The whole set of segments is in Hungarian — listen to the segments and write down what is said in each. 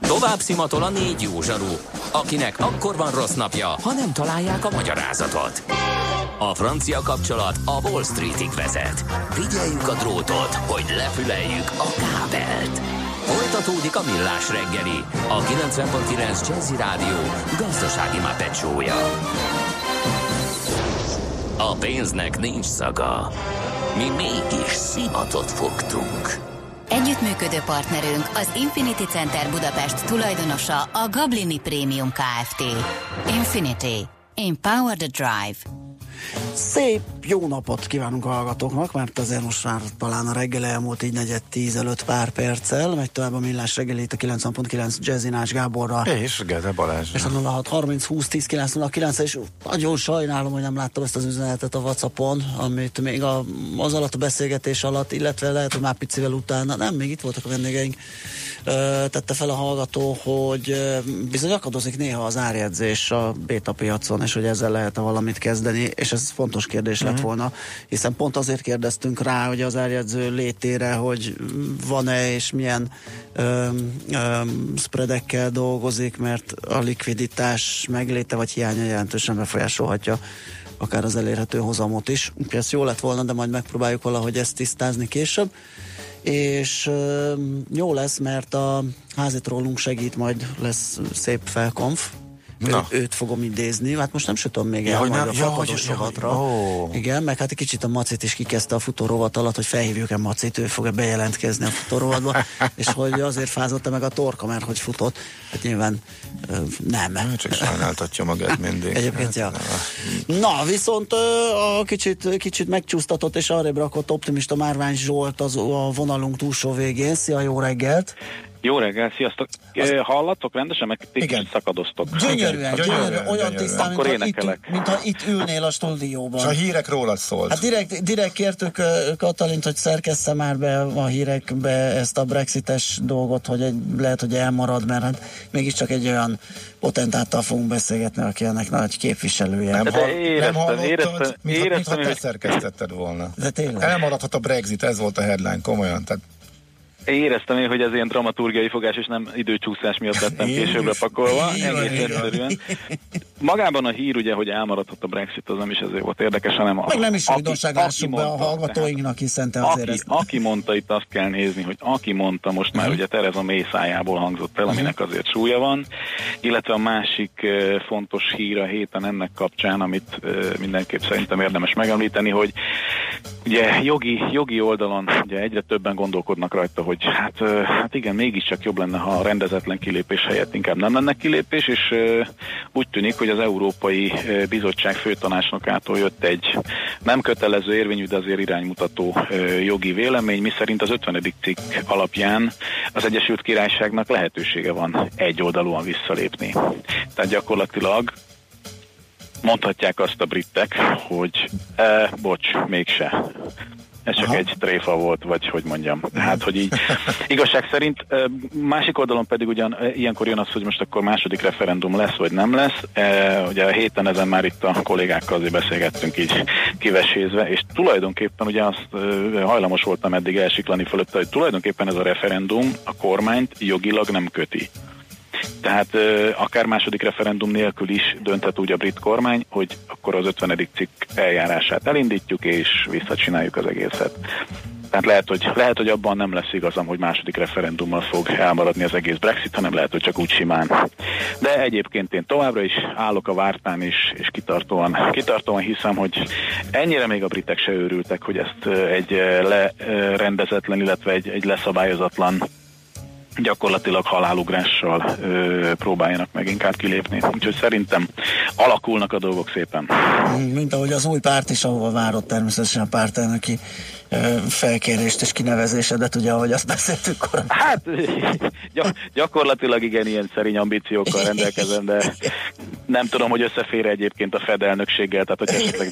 Tovább szimatol a 4 jó zsaru, akinek akkor van rossz napja, ha nem találják a magyarázatot. A francia kapcsolat a Wall Streetig vezet. Figyeljük a drótot, hogy lefüleljük a kábelt. Folytatódik a Millás reggeli, a 90.9 Jazzy Rádió gazdasági mápecsója. A pénznek nincs szaga. Mi mégis szimatot fogtunk. Együttműködő partnerünk az Infinity Center Budapest tulajdonosa a Gablini Premium Kft. Infinity. Empower the Drive. Szép jó napot kívánunk a hallgatóknak, mert azért most már talán a reggel elmúlt így 9:10 előtt pár perccel, megy tovább a Millás reggelét a 90.9 Jazzy Nács Gáborral. És Gede Balázs. És a 0630 20 10 909, és nagyon sajnálom, hogy nem láttam ezt az üzenetet a WhatsAppon, amit még az alatt a beszélgetés alatt, illetve lehet, hogy már picivel utána, nem, még itt voltak a vendégeink, tette fel a hallgató, hogy bizony akadozik néha az árjegyzés a béta piacon, és hogy ezzel lehet-e valamit kezdeni, és ez fontos kérdés lett volna, hiszen pont azért kérdeztünk rá, hogy az árjegyző létére, hogy van-e és milyen spreadekkel dolgozik, mert a likviditás megléte vagy hiánya jelentősen befolyásolhatja akár az elérhető hozamot is. Úgyhogy ez jó lett volna, de majd megpróbáljuk valahogy ezt tisztázni később. És jó lesz, mert a házitólunk segít, majd lesz szép felkonf. Őt fogom idézni, hát most nem sütöm még el majd a fakadós rovatra. Igen, meg hát egy kicsit a Macit is kikezdte a futórovat alatt, hogy felhívjuk-e Macit, ő fog-e bejelentkezni a futórovatba, és hogy azért fázott meg a torka, mert hogy futott. Hát nyilván nem. Csak sajnáltatja magát mindig. Egyébként, ja. Na, viszont a kicsit megcsúsztatott és arrébb rakott optimista Márvány Zsolt a vonalunk túlsó végén. Szia, jó reggelt! Jó reggel, sziasztok! Hallatok rendesen, meg kicsit szakadoztok. Gyönyörűen, olyan tisztán, mintha itt ülnél a stúdióban. És a hírek rólad szólt. Hát direkt kértük Katalint, hogy szerkessze már be a hírekbe ezt a brexites dolgot, hogy lehet, hogy elmarad, mert hát mégiscsak egy olyan potentáttal fogunk beszélgetni, aki ennek nagy képviselője. Nem hallottad, mintha te szerkesztetted volna. De tényleg. Elmaradhat a Brexit, ez volt a headline, komolyan. Tehát éreztem én, hogy ez ilyen dramaturgiai fogás, és nem időcsúszás miatt lettem későbbre pakolva. Egész egyszerűen. Magában a hír ugye, hogy elmaradhat a Brexit, az nem is ezért volt érdekes, hanem meg nem is újdonság, lássuk be a hallgatóinknak, hiszen te azért ezt... Aki mondta, itt azt kell nézni, hogy aki mondta, most már ugye Theresa May szájából hangzott el, aminek azért súlya van, illetve a másik fontos hír a héten ennek kapcsán, amit mindenképp szerintem érdemes megemlíteni, hogy ugye jogi oldalon ugye egyre többen gondolkodnak rajta, hogy hát igen, mégiscsak jobb lenne, ha a rendezetlen kilépés helyett inkább nem lenne kilépés, és úgy tűnik, hogy az Európai Bizottság főtanácsnokától jött egy nem kötelező érvényű, de azért iránymutató jogi vélemény, miszerint az 50. cikk alapján az Egyesült Királyságnak lehetősége van egyoldalúan visszalépni. Tehát gyakorlatilag mondhatják azt a britek, hogy bocs, mégse. Ez csak egy tréfa volt, vagy hogy mondjam. Hát, hogy így igazság szerint, másik oldalon pedig ugyan ilyenkor jön az, hogy most akkor második referendum lesz, vagy nem lesz. Ugye a héten ezen már itt a kollégákkal azért beszélgettünk így kivesézve, és tulajdonképpen ugye azt hajlamos voltam eddig elsiklani fölötte, hogy tulajdonképpen ez a referendum a kormányt jogilag nem köti. Tehát akár második referendum nélkül is dönthet úgy a brit kormány, hogy akkor az 50. cikk eljárását elindítjuk, és visszacsináljuk az egészet. Tehát lehet, hogy abban nem lesz igazam, hogy második referendummal fog elmaradni az egész Brexit, hanem lehet, hogy csak úgy simán. De egyébként én továbbra is állok a vártán is, és kitartóan hiszem, hogy ennyire még a britek se őrültek, hogy ezt egy lerendezetlen, illetve egy leszabályozatlan gyakorlatilag halálugrással próbáljanak meg inkább kilépni. Úgyhogy szerintem alakulnak a dolgok szépen. Mint ahogy az új párt is, ahol várott természetesen a pártelnöki felkérést és kinevezésedet, ugye, ahogy azt beszéltük korábban. Hát gyakorlatilag igen, ilyen szerény ambíciókkal rendelkezem, de nem tudom, hogy összefér egyébként a Fed elnökséggel, tehát hogy esetleg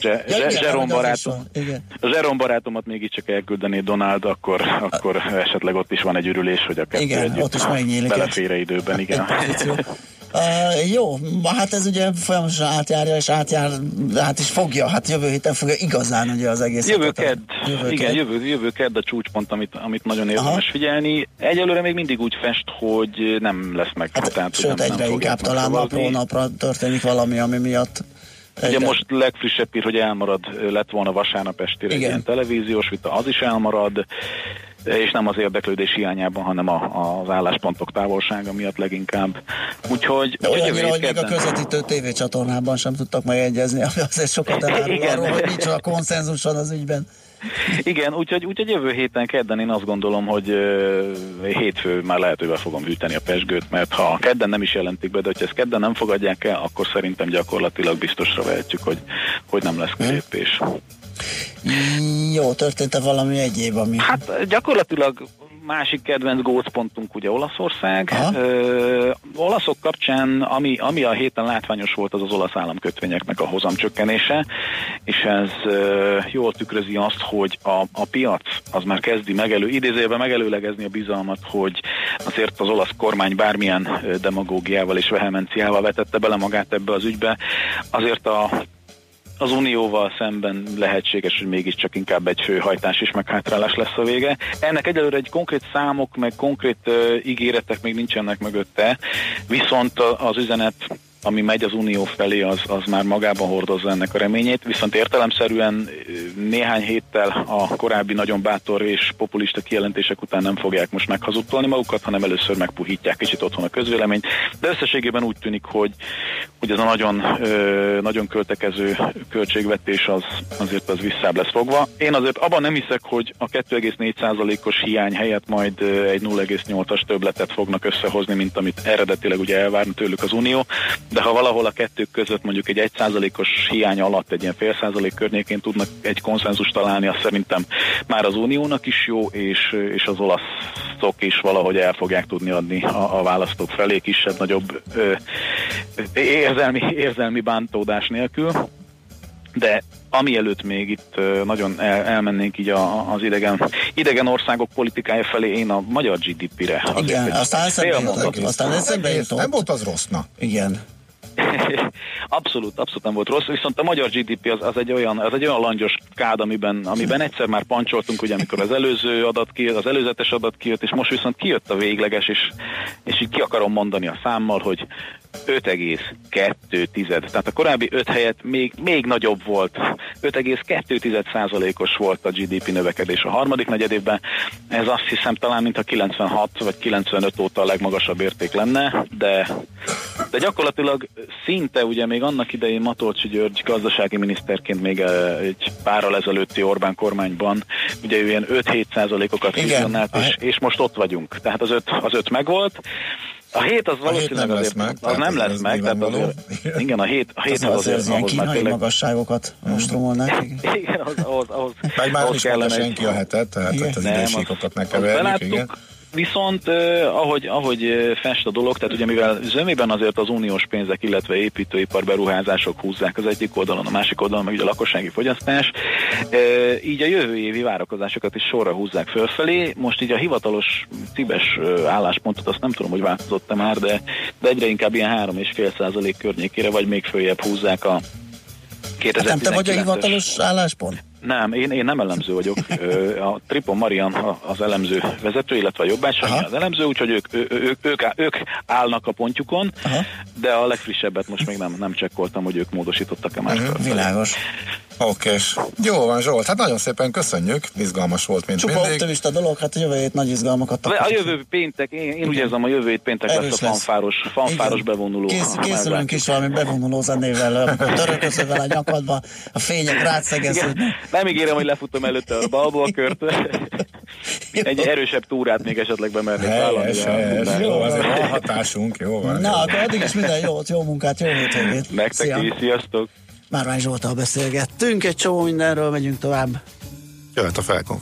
Jerome barátomat mégiscsak elküldené Donald, akkor esetleg ott is van egy ürülés, hogy a kettő együtt ott is megnyílik belefér időben, igen. Jó, hát ez ugye folyamatosan átjárja és át is fogja, hát jövő héten fogja igazán ugye az egész. Jövő kedd a csúcspont, amit nagyon érdemes figyelni. Egyelőre még mindig úgy fest, hogy nem lesz meg. Hát, tehát, sőt, egyre inkább talán napról napra történik valami, ami miatt. Ugye most legfrissebb hír, hogy elmarad, lett volna vasárnap estére egy ilyen televíziós vita, az is elmarad, és nem az érdeklődés hiányában, hanem az álláspontok távolsága miatt leginkább. Úgyhogy olyannyira, hogy még a közvetítő tévécsatornában sem tudtak megegyezni, ami azért sokat elárul arról, hogy nincs a konszenzus az ügyben. Igen, úgyhogy jövő héten kedden én azt gondolom, hogy hétfő már lehetővel fogom hűteni a pezsgőt, mert ha kedden nem is jelentik be, de hogyha ezt kedden nem fogadják el, akkor szerintem gyakorlatilag biztosra vehetjük, hogy nem lesz kilépés. Jó, történt-e valami egyéb, ami... Hát gyakorlatilag másik kedvenc gócpontunk ugye Olaszország. Olaszok kapcsán, ami a héten látványos volt, az olasz államkötvényeknek a hozamcsökkenése, és ez jól tükrözi azt, hogy a piac az már kezdi idézőjelben megelőlegezni a bizalmat, hogy azért az olasz kormány bármilyen demagógiával és vehemenciával vetette bele magát ebbe az ügybe, azért az Unióval szemben lehetséges, hogy mégiscsak inkább egy főhajtás és meghátrálás lesz a vége. Ennek egyelőre egy konkrét számok, meg konkrét ígéretek még nincsenek mögötte, viszont az üzenet, ami megy az Unió felé, az már magában hordozza ennek a reményét, viszont értelemszerűen néhány héttel a korábbi nagyon bátor és populista kijelentések után nem fogják most meghazudtolni magukat, hanem először megpuhítják kicsit otthon a közvéleményt, de összességében úgy tűnik, hogy ez a nagyon költekező költségvetés azért az visszább lesz fogva. Én azért abban nem hiszek, hogy a 2,4%-os hiány helyett majd egy 0,8-as többletet fognak összehozni, mint amit eredetileg ugye elvárna tőlük az Unió, de ha valahol a kettők között mondjuk egy 1%-os hiány alatt egy ilyen 0,5% környékén tudnak egy konszenzust találni, azt szerintem már az Uniónak is jó, és az olaszok is valahogy el fogják tudni adni a választók felé kisebb-nagyobb érzelmi bántódás nélkül. De amielőtt még itt nagyon elmennénk így az idegen országok politikája felé, én a magyar GDP-re. Igen, aztán eszembe jutott. Nem volt az rosszna. Igen. Abszolút nem volt rossz, viszont a magyar GDP az egy olyan langyos kád, amiben egyszer már pancsoltunk, ugye, amikor az előzetes adat kijött, és most viszont kijött a végleges, és így ki akarom mondani a számmal, hogy 5,2, tehát a korábbi 5 helyett még nagyobb volt. 5,2%-os volt a GDP növekedés a harmadik negyedévben. Ez azt hiszem talán mintha 96 vagy 95 óta a legmagasabb érték lenne, de gyakorlatilag szinte ugye még annak idején Matolcsy György gazdasági miniszterként még egy párral ezelőtti Orbán kormányban ugye ő ilyen 5-7%-okat vizionált, és most ott vagyunk. Tehát az 5 megvolt. A 7 az valószínűleg nem lesz meg. Tehát igen, a 7 az azért ilyen kínai magasságokat most romolnák. Igen, ahhoz már is mondja senki a hetet, tehát az idősíkokat megkeverjük, igen. Viszont ahogy fest a dolog, tehát ugye mivel zömében azért az uniós pénzek, illetve építőipar beruházások húzzák az egyik oldalon, a másik oldalon meg ugye a lakossági fogyasztás, így a jövő évi várakozásokat is sorra húzzák fölfelé. Most így a hivatalos cibes álláspontot azt nem tudom, hogy változott-e már, de egyre inkább ilyen 3,5% környékére, vagy még följebb húzzák a 2019-es. Nem te vagy a hivatalos álláspont? Nem, én nem elemző vagyok. A Tripon Marian az elemző vezető, illetve a Jobbágy Sanyi az elemző, úgyhogy ők állnak a pontjukon, de a legfrissebbet most még nem csekkoltam, hogy ők módosítottak-e már. Világos. Okés. Jó van, Zsolt, hát nagyon szépen köszönjük, izgalmas volt, mint mindig. Csupa optimista dolog, hát a jövő hét nagy izgalmakat. A jövő péntek, én úgy érzem, a jövő hét péntek lesz a fanfáros bevonuló. Készülünk is valami bevonuló zenével, amikor töröközővel a nyakadba, a fények rátszegeződnek. Nem ígérem, hogy lefutom előtte a balbolkört. Egy erősebb túrát még esetleg bemernék vállalni. Jó, azért van hatásunk, jó van. Na, akkor addig is minden jót, jó munkát, jó hétvégét. Nektek is, sziasztok! Márvány Zsolttal beszélgettünk, egy csomó mindenről, megyünk tovább. Jöhet a Felkon.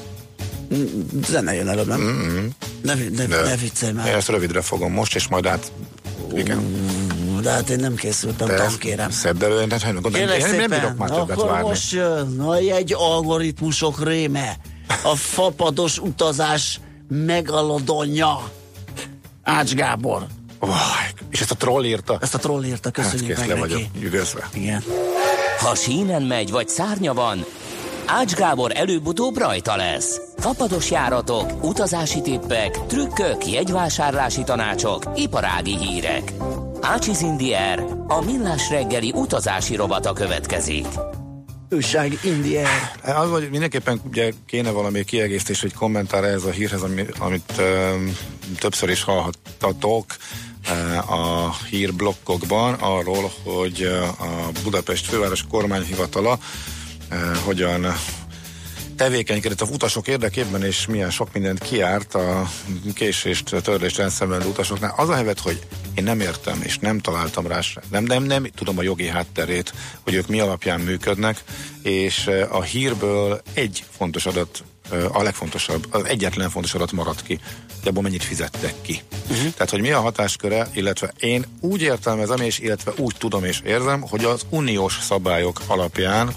Zene jön előbb, nem? Ne viccelj már. Én ezt rövidre fogom most, és majd igen. De hát én nem készültem, kérem. Szedd elő, nem bírok már többet várni. Most jön a jegyalgoritmusok réme, a fapados utazás megalodonja. Ács Gábor. És ezt a troll írta? Ezt a troll írta, köszönjük hát, meg neki. Vagyok nyugodva. Igen. Ha sínen megy, vagy szárnya van, Ács Gábor előbb-utóbb rajta lesz. Fapados járatok, utazási tippek, trükkök, jegyvásárlási tanácsok, iparági hírek. Ácsiz Indiér, a millás reggeli utazási rovata következik. Újság Indiér. Az, hogy mindenképpen ugye kéne valami kiegészítés, vagy kommentár ez a hírhez, amit többször is hallhattatok a hírblokkokban arról, hogy a Budapest főváros kormányhivatala hogyan tevékenykedett az utasok érdekében, és milyen sok mindent kiárt a késést, törlést elszenvedő utasoknál. Az a helyzet, hogy én nem értem, és nem találtam rá, nem tudom a jogi hátterét, hogy ők mi alapján működnek, és a hírből egy fontos adat, a legfontosabb, az egyetlen fontos adat maradt ki, de abban mennyit fizettek ki. Tehát, hogy mi a hatásköre, illetve én úgy értelmezem, és illetve úgy tudom és érzem, hogy az uniós szabályok alapján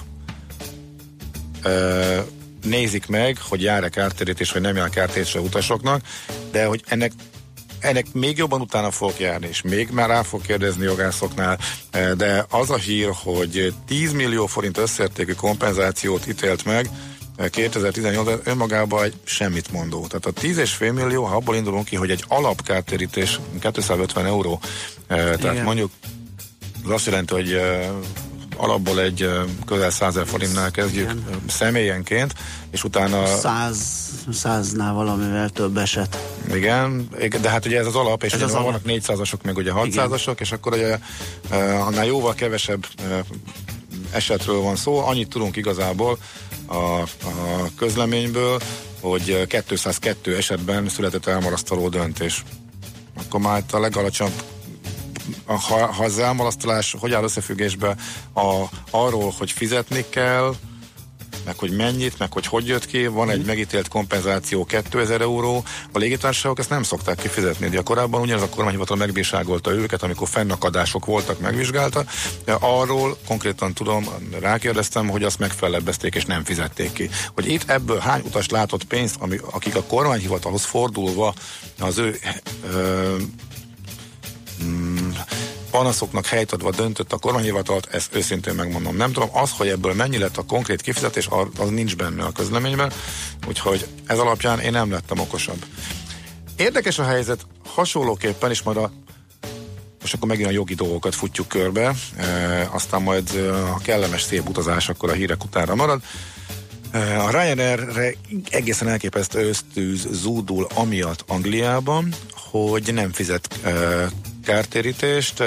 nézik meg, hogy jár-e kártérítés, vagy nem jár kártérítés a utasoknak, de hogy ennek még jobban utána fogok járni, és még már rá fog kérdezni jogászoknál, de az a hír, hogy 10 millió forint összértékű kompenzációt ítélt meg 2018-ban, önmagában egy semmit mondó. Tehát a 10,5 millió, ha abból indulunk ki, hogy egy alapkártérítés 250 euró, tehát mondjuk az azt jelenti, hogy alapból egy közel 100 000 forintnál kezdjük személyenként, és utána 100-nál valamivel több eset. Igen, de hát ugye ez az alap, és ugye vannak 400-asok, meg ugye 600-asok, és akkor ugye annál jóval kevesebb esetről van szó. Annyit tudunk igazából a közleményből, hogy 202 esetben született elmarasztaló döntés. Akkor már a legalacsonyabb, ha az elmarasztalás hogy áll összefüggésbe arról, hogy fizetni kell, meg hogy mennyit, meg hogy jött ki, van egy megítélt kompenzáció 2000 euró, a légitársaságok ezt nem szokták kifizetni, de korábban ugyanaz a kormányhivatal megbírságolta őket, amikor fennakadások voltak, megvizsgálta, de arról konkrétan tudom, rákérdeztem, hogy azt megfelebbezték és nem fizették ki. Hogy itt ebből hány utas látott pénzt, akik a kormányhivatalhoz fordulva az ő panaszoknak helyt adva döntött a kormányhivatalt, ezt őszintén megmondom. Nem tudom, az, hogy ebből mennyi lett a konkrét kifizetés, az nincs benne a közleményben, úgyhogy ez alapján én nem lettem okosabb. Érdekes a helyzet, hasonlóképpen is majd most akkor megint a jogi dolgokat futjuk körbe, aztán majd a kellemes szép utazás akkor a hírek utánra marad. A Ryanairre egészen elképesztő ösztűz zúdul amiatt Angliában, hogy nem fizet kártérítést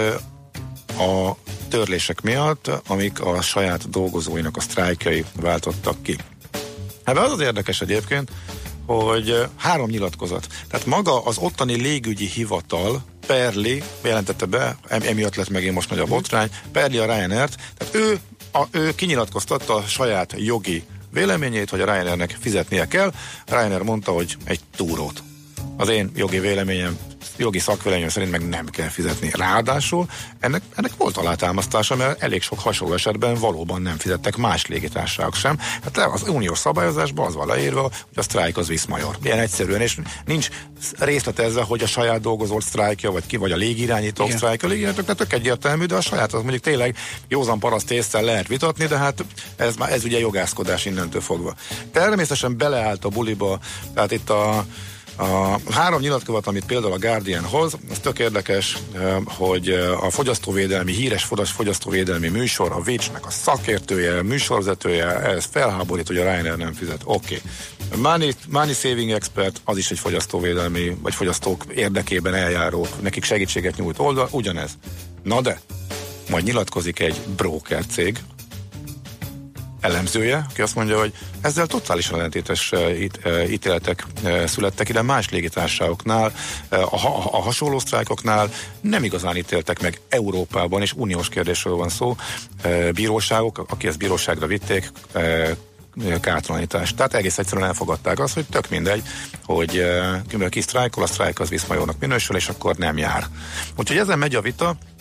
a törlések miatt, amik a saját dolgozóinak a sztrájkjai váltottak ki. Hát az érdekes egyébként, hogy 3 nyilatkozat. Tehát maga az ottani légügyi hivatal perli, jelentette be, emiatt lett megint most nagy a botrány, perli a Ryanairt, tehát ő kinyilatkoztatta a saját jogi véleményét, hogy a Ryanairnek fizetnie kell. Ryanair mondta, hogy egy túrót. Az én jogi szakvéleményem szerint meg nem kell fizetni. Ráadásul ennek volt alátámasztása, mert elég sok hasonló esetben valóban nem fizettek más légitársaságok sem. Hát az uniós szabályozásban az van leírva, hogy a sztrájk az visz major. Ilyen egyszerűen, és nincs részletezve, hogy a saját dolgozót sztrájkja, vagy a légirányítók sztrájkja, tehát tök egyértelmű, de a saját az mondjuk tényleg józan paraszt észszel lehet vitatni, de hát ez ugye jogászkodás innentől fogva. Természetesen beleállt a buliba, tehát itt a 3 nyilatkozat, amit például a Guardian hoz, ez tök érdekes, hogy a fogyasztóvédelmi, híres fogyasztóvédelmi műsor, a Witch-nek a szakértője, műsorvezetője, ez felháborít, hogy a Ryanair nem fizet. Oké. Money Saving Expert, az is egy fogyasztóvédelmi, vagy fogyasztók érdekében eljáró, nekik segítséget nyújt oldal, ugyanez. Na de, majd nyilatkozik egy broker cég, elemzője, aki azt mondja, hogy ezzel totálisan ellentétes ítéletek születtek, ide más légitársaságoknál, a hasonló sztrájkoknál nem igazán ítéltek meg Európában, és uniós kérdésről van szó, bíróságok, aki ezt bíróságra vitték, kártalanítást. Tehát egész egyszerűen elfogadták azt, hogy tök mindegy, hogy ki sztrájkol, a sztrájk az viszmajornak minősül, és akkor nem jár. Úgyhogy ezen megy a vita,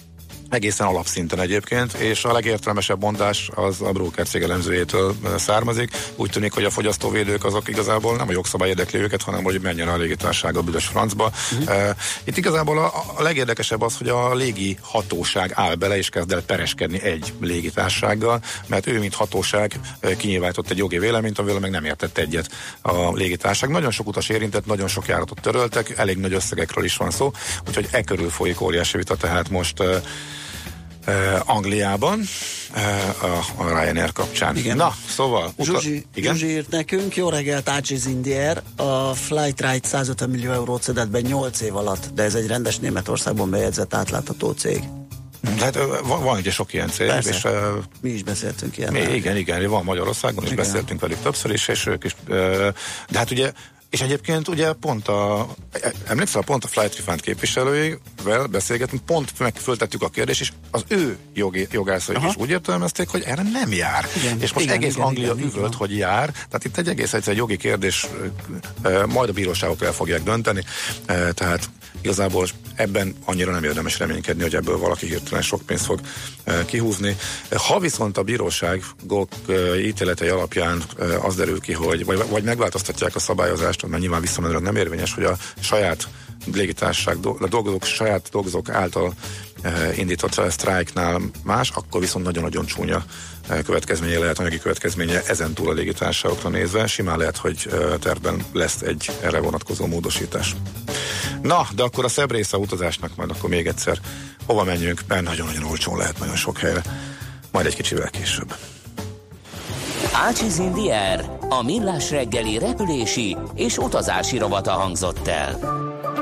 egészen alapszinten egyébként, és a legértelmesebb mondás az a broker cég elemzőjétől származik. Úgy tűnik, hogy a fogyasztóvédők azok igazából nem a jogszabály érdekli őket, hanem hogy menjen a légitársaság a büdös francba. Itt igazából a legérdekesebb az, hogy a légi hatóság áll bele és kezd el pereskedni egy légitársasággal, mert ő, mint hatóság kinyilvánított egy jogi véleményt, amivel meg nem értett egyet a légitársaság. Nagyon sok utas érintett, nagyon sok járatot töröltek, elég nagy összegekről is van szó, úgyhogy e körül folyik óriási vita, tehát most Angliában a Ryanair kapcsán. Igen. Na, szóval... Zsuzsi írt nekünk, jó reggelt, Ácsiz Indier, a Flightride 150 millió eurót szedett be 8 év alatt, de ez egy rendes Németországban bejegyzett átlátható cég. Hát van ugye sok ilyen cég. És, mi is beszéltünk ilyen. Igen, van Magyarországon, és beszéltünk velük többször is, és ők is. De hát ugye, és egyébként ugye pont emlékszel, pont a Flight Refund képviselőivel beszélgetünk, pont megföltettük a kérdést, és az ő jogászai is úgy értelmezték, hogy erre nem jár. Igen, és most egész Anglia üvölt, hogy jár, tehát itt egy egész egyszerű jogi kérdés, majd a bíróságok el fogják dönteni, tehát igazából ebben annyira nem érdemes reménykedni, hogy ebből valaki hirtelen sok pénzt fog kihúzni. Ha viszont a bíróságok ítéletei alapján az derül ki, hogy vagy megváltoztatják a szabályozást, mert nyilván visszamenőleg nem érvényes, hogy a saját légitársaság, a dolgozók, saját dolgozók által indított sztrájknál más, akkor viszont nagyon-nagyon csúnya következménye lehet, anyagi következménye ezen túl a légitársaságokra nézve. Simán lehet, hogy tervben lesz egy erre vonatkozó módosítás. Na, de akkor a szebb része a utazásnak majd akkor még egyszer hova menjünk, mert nagyon-nagyon olcsón lehet nagyon sok helyre. Majd egy kicsivel később. Ácsiz Indier, a millás reggeli repülési és utazási rovata hangzott el.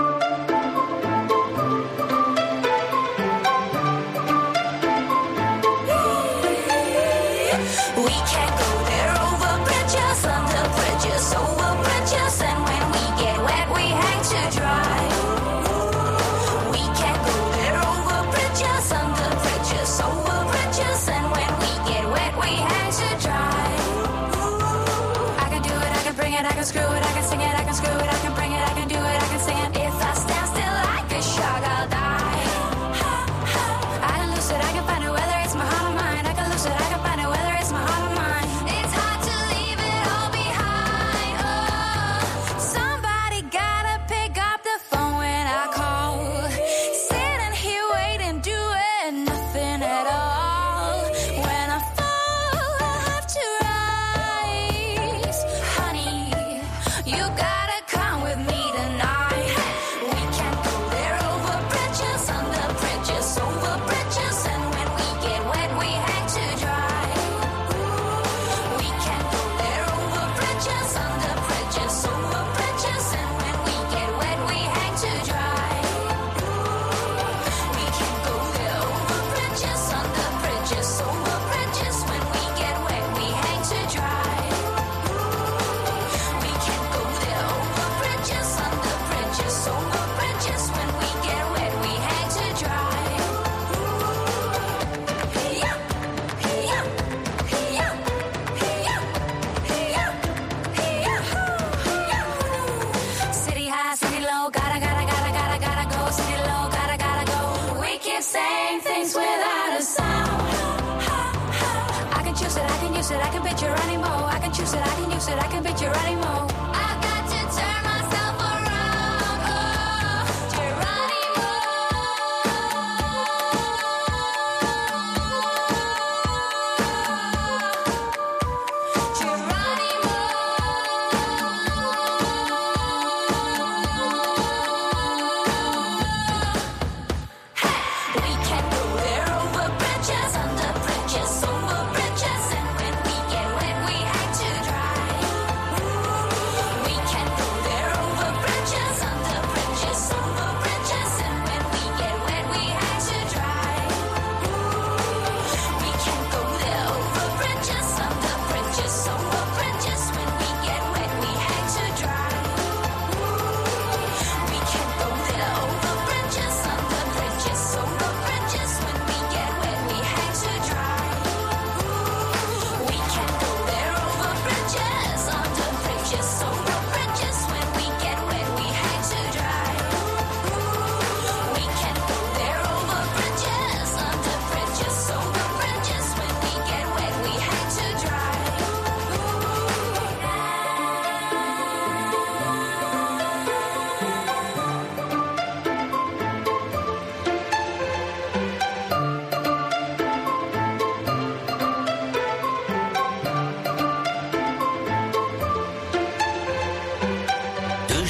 I can screw it, I can sing it, I can screw it, I can bring it, I can do it, I can sing it. If I stand still like a shark, I'll die. I can lose it, I can find it, whether it's my heart or mine. I can lose it, I can find it, whether it's my heart or mine. It's hard to leave it all behind. Oh, somebody gotta pick up the phone when I call. Sitting here waiting, doing nothing at all. When I fall, I have to rise. Honey, you gotta come with me tonight. We can go there over bridges, under bridges, over bridges, and when we get wet, we hang to dry. We can go there over bridges, under bridges, over bridges, and when we get wet, we hang to dry. We can go there over bridges, under bridges, over bridges, when we get wet, we hang to dry. We can go there over bridges, under bridges, over bridges, when we get wet, we hang to dry. Hey-ya, hey-ya, hey-ya, hey-ya, hey-ya, hey-ya, hey-ya. City high, city low, gotta go. City low, gotta go. We keep saying things without a sound. I can choose it, I can use it, I can picture anymore. I can choose it, I can use it, I can picture anymore. I've got to turn myself around. Oh, Geronimo. We can go there over bridges, under bridges, over bridges, and when we get wet, we hang to dry.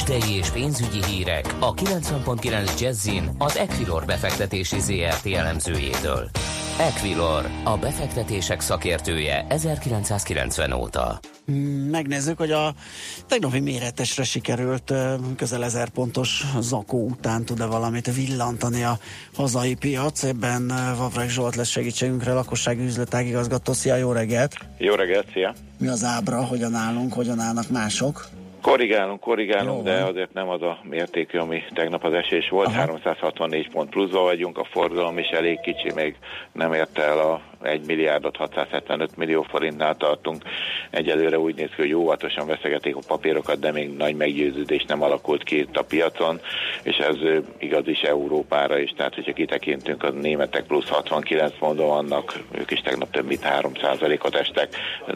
Tőzsdei és pénzügyi hírek a 90.9 Jazzin az Equilor befektetési ZRT elemzőjétől. Equilor, a befektetések szakértője 1990 óta. Megnézzük, hogy a tegnapi méretesre sikerült közel 1000 pontos zakó után tud-e valamit villantani a hazai piac. Ebben Vavreg Zsolt lesz segítségünkre, lakossági üzletágigazgató. Szia, jó reggelt! Jó reggelt, szia! Mi az ábra, hogyan állunk, hogyan állnak mások? Korrigálunk, de azért nem az a mértékű, ami tegnap az esés volt. Aha. 364 pont pluszban vagyunk, a forgalom is elég kicsi, még nem érte el a 1 milliárdot, 675 millió forintnál tartunk. Egyelőre úgy néz ki, hogy óvatosan veszegetik a papírokat, de még nagy meggyőződés nem alakult ki itt a piacon, és ez igaz is Európára is, tehát hogyha kitekintünk, a németek plusz 69 ponton vannak, ők is tegnap több mint 3%-ot estek,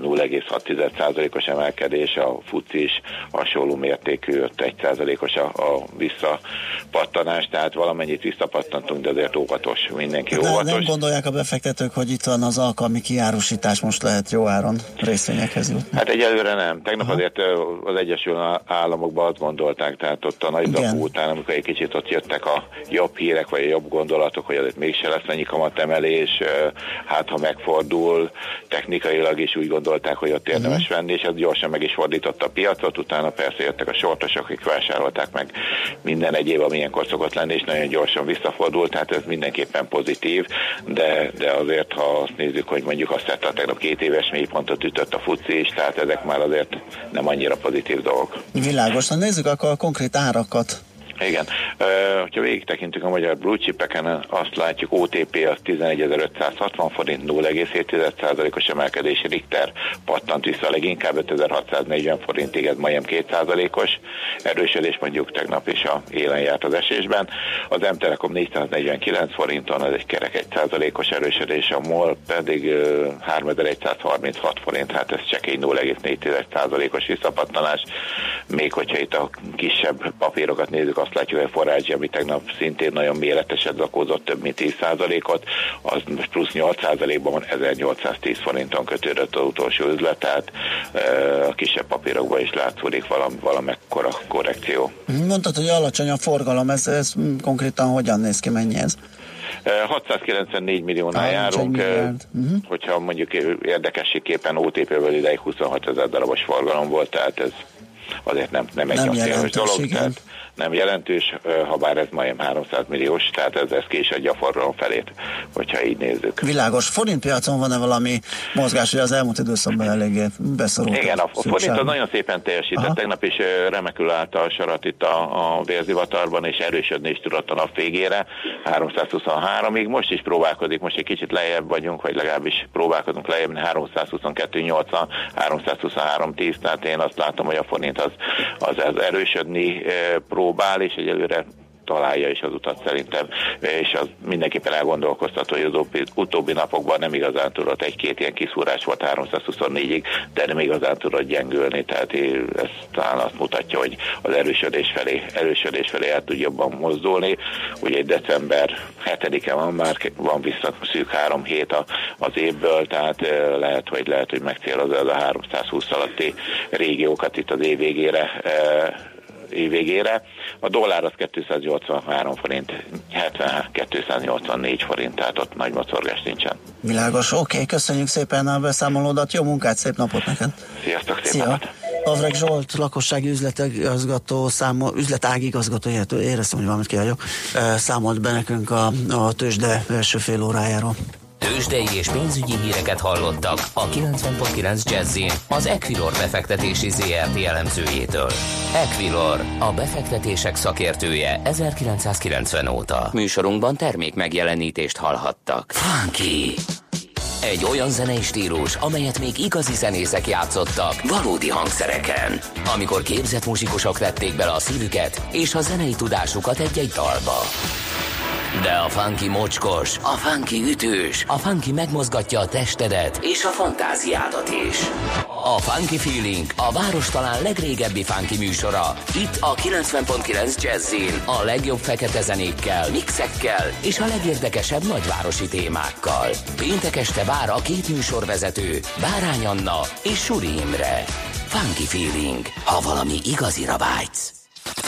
0,6%-os emelkedés, a FTSE is hasonló mértékű, 1%-os a visszapattanás, tehát valamennyit visszapattantunk, de azért óvatos, mindenki óvatos. Nem gondolják a befektetők, hogy itt van az alkalmi kiárusítás, most lehet jó áron részvényekhez jutni? Hát egyelőre nem. Tegnap azért az Egyesült Államokban azt gondolták, tehát ott a nagy zakó után, amikor egy kicsit ott jöttek a jobb hírek, vagy a jobb gondolatok, hogy azért mégse lesz ennyi kamatemelés, hát ha megfordul, technikailag is úgy gondolták, hogy ott érdemes venni, és ez gyorsan meg is fordította a piacot, utána persze jöttek a sortosok, akik vásárolták meg minden egyéb, ami ilyenkor szokott lenni, és nagyon gyorsan visszafordult, tehát ez mindenképpen pozitív, de azért, ha azt nézzük, hogy mondjuk a SETA tegnap 2 éves mélypontot ütött a FTSE is, tehát ezek már azért nem annyira pozitív dolgok. Világos, nézzük akkor a konkrét árakat. Igen. Ha végig tekintünk a magyar blue chipeken, azt látjuk, OTP az 11.560 forint, 0,7%-os emelkedés, Richter pattant vissza leginkább 5.640 forintig, ez majdnem 2%-os erősödés, mondjuk tegnap is a élen járt az esésben. Az M-Telekom 449 forinton, ez egy kerek 1%-os erősödés, a MOL pedig 3.136 forint, hát ez csak egy 0,4%-os visszapattanás. Még hogyha itt a kisebb papírokat nézzük, azt látjuk, hogy a Forage, ami tegnap szintén nagyon méreteset zakózott, több mint 10%-ot, az most plusz 8%-ban van, 1810 forinton kötődött az utolsó üzlet, tehát a kisebb papírokban is látszódik valamekkora korrekció. Mondtad, hogy alacsony a forgalom, ez konkrétan hogyan néz ki, mennyi ez? 694 milliónál járunk, hogyha mondjuk érdekességképpen OTP-ből ideig 26 000 darabos forgalom volt, tehát ez azért nem egy akciós dolog, tehát nem jelentős, ha bár ez majdnem 300 milliós, tehát ez ki is adja a forgalom felét, hogyha így nézzük. Világos. Forintpiacon van-e valami mozgás, hogy az elmúlt időszakban eléggé beszorult? Igen, a forint az nagyon szépen teljesített. Aha. Tegnap is remekül állt a sarat itt a vérzivatarban, és erősödni is tudott a nap végére, 323-ig. Most is próbálkozik, most egy kicsit lejjebb vagyunk, vagy legalábbis próbálkozunk lejjebb, 322,80, 323,10, tehát én azt látom, hogy a forint az erősödni próbál, és egyelőre találja is az utat szerintem, és az mindenképpen elgondolkoztató, hogy az utóbbi napokban nem igazán tudott, egy-két ilyen kiszúrás volt 324-ig, de nem igazán tudott gyengülni, tehát ez talán azt mutatja, hogy az erősödés felé el tud jobban mozdulni. Ugye december 7-e van, már van vissza szűk 3 hét az évből, tehát lehet, hogy megcélozza ez a 320 alatti régiókat itt az év végére. A dollár az 283 forint, 284 forint, tehát ott nagy mozorgás nincsen. Világos, oké, köszönjük szépen a beszámolódat, jó munkát, szép napot neked! Sziasztok, szép napot! Vavreg Zsolt, lakossági üzletágigazgató, éreztem, hogy valamit kihagyok, számolt be nekünk a tőzsde első fél órájáról. Tőzsdei és pénzügyi híreket hallottak a 90.9 Jazzin az Equilor befektetési ZRT elemzőjétől. Equilor, a befektetések szakértője 1990 óta. Műsorunkban termék megjelenítést hallhattak. Funky! Egy olyan zenei stílus, amelyet még igazi zenészek játszottak valódi hangszereken. Amikor képzett muzsikusok vették bele a szívüket és a zenei tudásukat egy-egy dalba. De a funky mocskos, a funky ütős, a funky megmozgatja a testedet és a fantáziádat is. A Funky Feeling, a város talán legrégebbi funky műsora. Itt a 90.9 Jazzin a legjobb fekete zenékkel, mixekkel és a legérdekesebb nagyvárosi témákkal. Péntek este vár a 2 műsorvezető, Bárány Anna és Suri Imre. Funky Feeling, ha valami igazira vágysz.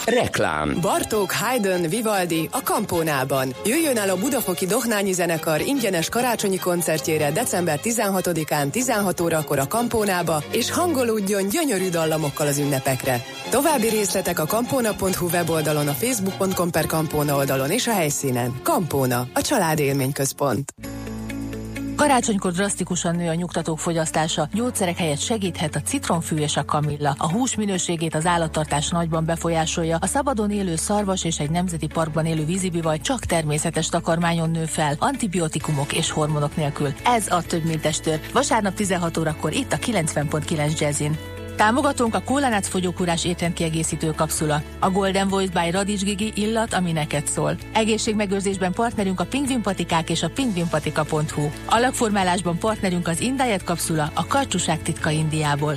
Reklám. Bartók, Haydn, Vivaldi a Campónában. Jöjjön el a Budafoki Dohnányi Zenekar ingyenes karácsonyi koncertjére december 16-án 16 órakor a Campónába, és hangolódjon gyönyörű dallamokkal az ünnepekre. További részletek a campona.hu weboldalon, a facebook.com/Campona oldalon és a helyszínen. Campona, a család élményközpont. Karácsonykor drasztikusan nő a nyugtatók fogyasztása, gyógyszerek helyett segíthet a citromfű és a kamilla. A hús minőségét az állattartás nagyban befolyásolja, a szabadon élő szarvas és egy nemzeti parkban élő vízibivaj csak természetes takarmányon nő fel, antibiotikumok és hormonok nélkül. Ez a Több mint testőr. Vasárnap 16 órakor itt a 90.9 Jazzin. Támogatónk a Kólanác fogyókúrás étrendkiegészítő kapszula. A Golden Voice by Radics Gigi illat, ami neked szól. Egészségmegőrzésben partnerünk a pingvinpatikák és a pingvinpatika.hu. Alakformálásban partnerünk az Indiet kapszula, a karcsúság titka Indiából.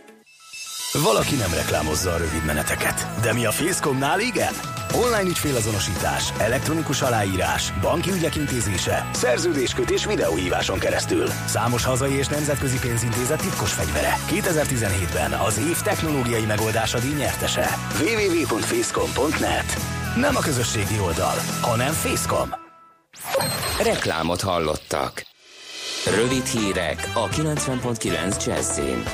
Valaki nem reklámozza a rövid meneteket, de mi a Facecomnál igen? Online ügyfélazonosítás, elektronikus aláírás, banki ügyek intézése, szerződéskötés videóhíváson keresztül. Számos hazai és nemzetközi pénzintézet titkos fegyvere. 2017-ben az év technológiai megoldása díj nyertese. www.facecom.net. Nem a közösségi oldal, hanem Facecom. Reklámot hallottak. Rövid hírek a 90.9 Jazzin.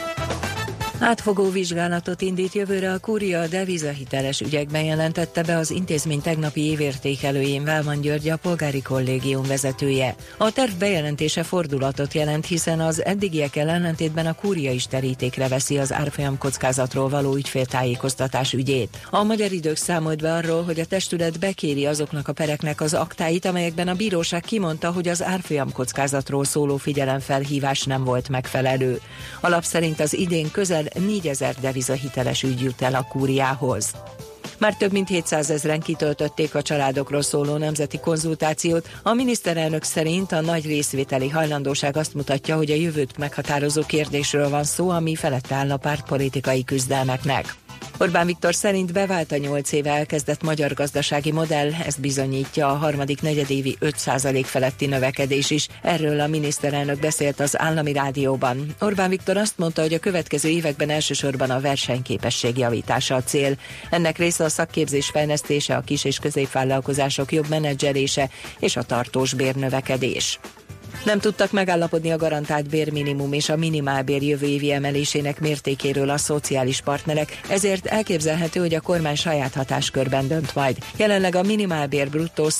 Átfogó vizsgálatot indít jövőre a Kúria a devizahiteles ügyekben, jelentette be az intézmény tegnapi évértékelőjén Válman György, a polgári kollégium vezetője. A terv bejelentése fordulatot jelent, hiszen az eddigiekkel ellentétben a Kúria is terítékre veszi az árfolyam kockázatról való ügyféltájékoztatás ügyét. A Magyar Idők számolt be arról, hogy a testület bekéri azoknak a pereknek az aktáit, amelyekben a bíróság kimondta, hogy az árfolyam kockázatról szóló figyelemfelhívás nem volt megfelelő. A lap szerint az idén közel 4000 devizahiteles ügy jut el a Kúriához. Már több mint 700 000-en kitöltötték a családokról szóló nemzeti konzultációt. A miniszterelnök szerint a nagy részvételi hajlandóság azt mutatja, hogy a jövőt meghatározó kérdésről van szó, ami felett áll a pártpolitikai küzdelmeknek. Orbán Viktor szerint bevált a 8 éve elkezdett magyar gazdasági modell, ezt bizonyítja a harmadik negyedévi 5% feletti növekedés is. Erről a miniszterelnök beszélt az Állami Rádióban. Orbán Viktor azt mondta, hogy a következő években elsősorban a versenyképesség javítása a cél. Ennek része a szakképzés fejlesztése, a kis- és középvállalkozások jobb menedzselése és a tartós bérnövekedés. Nem tudtak megállapodni a garantált bérminimum és a minimálbér jövő évi emelésének mértékéről a szociális partnerek, ezért elképzelhető, hogy a kormány saját hatáskörben dönt majd. Jelenleg a minimálbér bruttó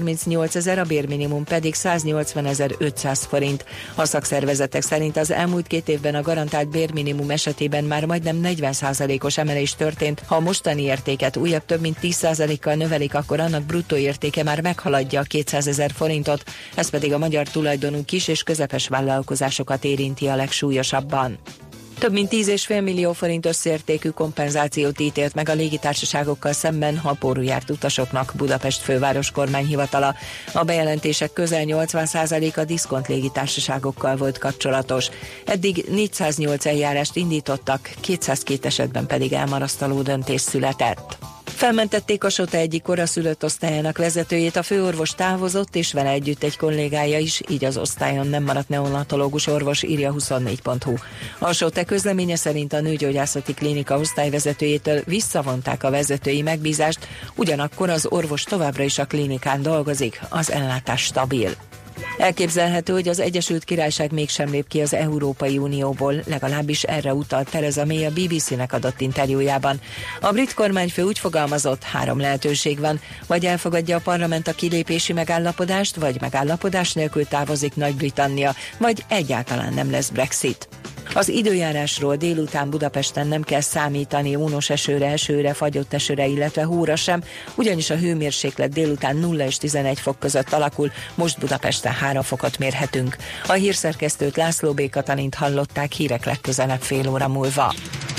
138 000, a bérminimum pedig 180 500 forint. A szakszervezetek szerint az elmúlt 2 évben a garantált bérminimum esetében már majdnem 40%-os emelés történt. Ha a mostani értéket újabb több mint 10%-kal növelik, akkor annak bruttó értéke már meghaladja a 200 000 forintot, ez pedig a magyar tulajdonú kis- és közepes vállalkozásokat érinti a legsúlyosabban. Több mint 10,5 millió forint összértékű kompenzációt ítélt meg a légitársaságokkal szemben a pórul járt utasoknak Budapest főváros kormányhivatala. A bejelentések közel 80%-a diszkont légitársaságokkal volt kapcsolatos. Eddig 408 eljárást indítottak, 202 esetben pedig elmarasztaló döntés született. Felmentették a SOTA egyik koraszülött osztályának vezetőjét, a főorvos távozott, és vele együtt egy kollégája is, így az osztályon nem maradt neonatológus orvos, írja 24.hu. A SOTA közleménye szerint a nőgyógyászati klinika osztályvezetőjétől visszavonták a vezetői megbízást, ugyanakkor az orvos továbbra is a klinikán dolgozik, az ellátás stabil. Elképzelhető, hogy az Egyesült Királyság mégsem lép ki az Európai Unióból, legalábbis erre utalt Theresa May a BBC-nek adott interjújában. A brit kormányfő úgy fogalmazott, 3 lehetőség van, vagy elfogadja a parlament a kilépési megállapodást, vagy megállapodás nélkül távozik Nagy-Britannia, vagy egyáltalán nem lesz Brexit. Az időjárásról: délután Budapesten nem kell számítani ónos esőre, fagyott esőre, illetve hóra sem, ugyanis a hőmérséklet délután 0 és 11 fok között alakul, most Budapesten 3 fokot mérhetünk. A hírszerkesztőt, László B. Katalint hallották, hírek legközelebb fél óra múlva.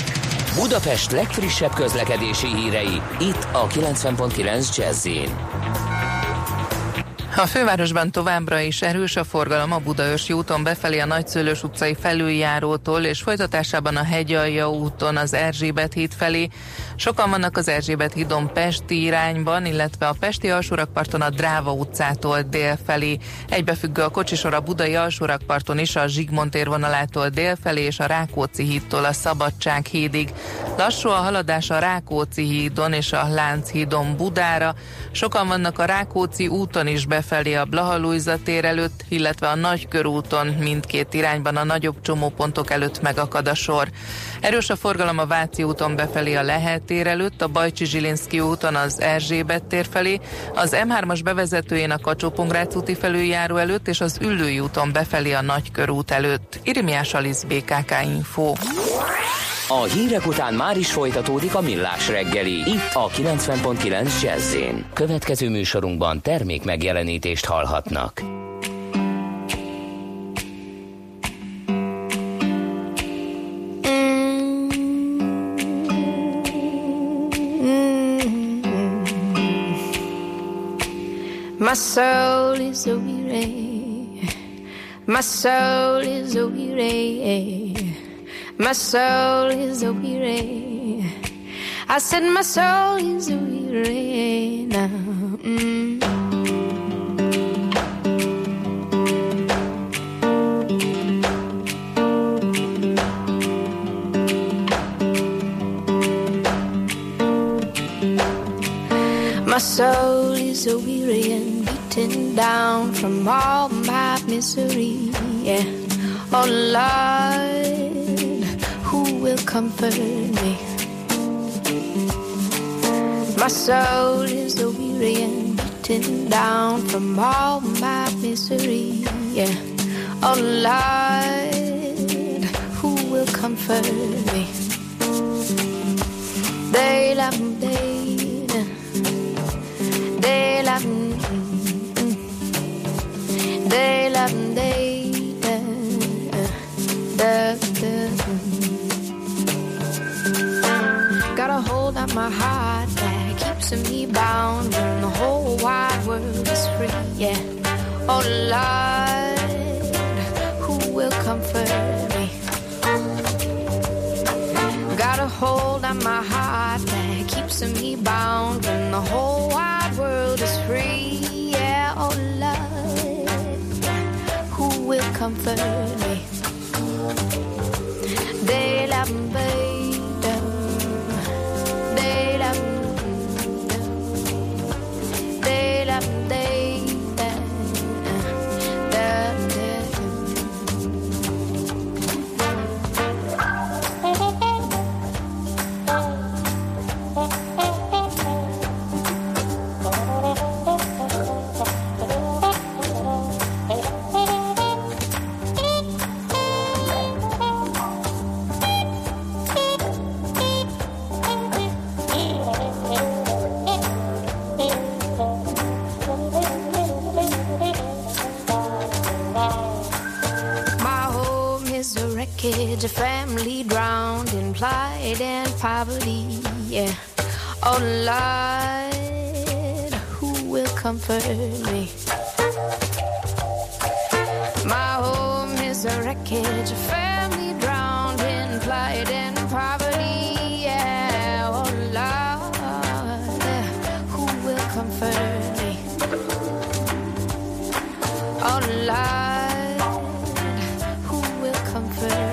Budapest legfrissebb közlekedési hírei, itt a 90.9 Jazz-in. A fővárosban továbbra is erős a forgalom a Budaörsi úton befelé a Nagyszőlős utcai felüljárótól, és folytatásában a Hegyalja úton az Erzsébet híd felé. Sokan vannak az Erzsébet hídon pesti irányban, illetve a pesti alsórakparton a Dráva utcától dél felé. Egybefüggő a kocsisor a budai alsórakparton is a Zsigmond tér vonalától dél felé, és a Rákóczi hídtól a Szabadság hídig. Lassú a haladás a Rákóczi hídon és a Lánchídon Budára. Sokan vannak a Rákóczi úton is befelé a Blaha Lujza tér előtt, illetve a Nagykörúton mindkét irányban a nagyobb csomópontok előtt megakad a sor. Erős a forgalom a Váci úton befelé a Lehel tér előtt, a Bajcsi-Zsilinszky úton az Erzsébet tér felé, az M3-as bevezetőjén a Kacsó-Pongrác úti felüljáró előtt, és az Üllői úton befelé a Nagykörút előtt. Irimiás Alisz, BKK Info. A hírek után már is folytatódik a Millás reggeli, itt a 90.9 Jazz-én. Következő műsorunkban termék megjelenítést hallhatnak. My soul is a weary, my soul is a weary. My soul is a weary. I said my soul is a weary now. My soul is a weary and beaten down from all my misery. Yeah. Oh Lord, who will comfort me? My soul is a weary and beaten down from all my misery. Yeah. Oh Lord, who will comfort me? They love me, they love me, they love me, got a hold on my heart that keeps me bound when the whole wide world is free. Yeah. Oh Lord, who will comfort me? Got a hold on my heart that keeps me bound when the whole wide world is free. Yeah. Oh Lord, who will comfort me? They love me, baby. They love me. They love me, baby. A family drowned in plight and poverty. Yeah. Oh Lord, who will comfort me? My home is a wreckage, a family drowned in plight and poverty. Yeah. Oh Lord, who will comfort me? Oh Lord, who will comfort me?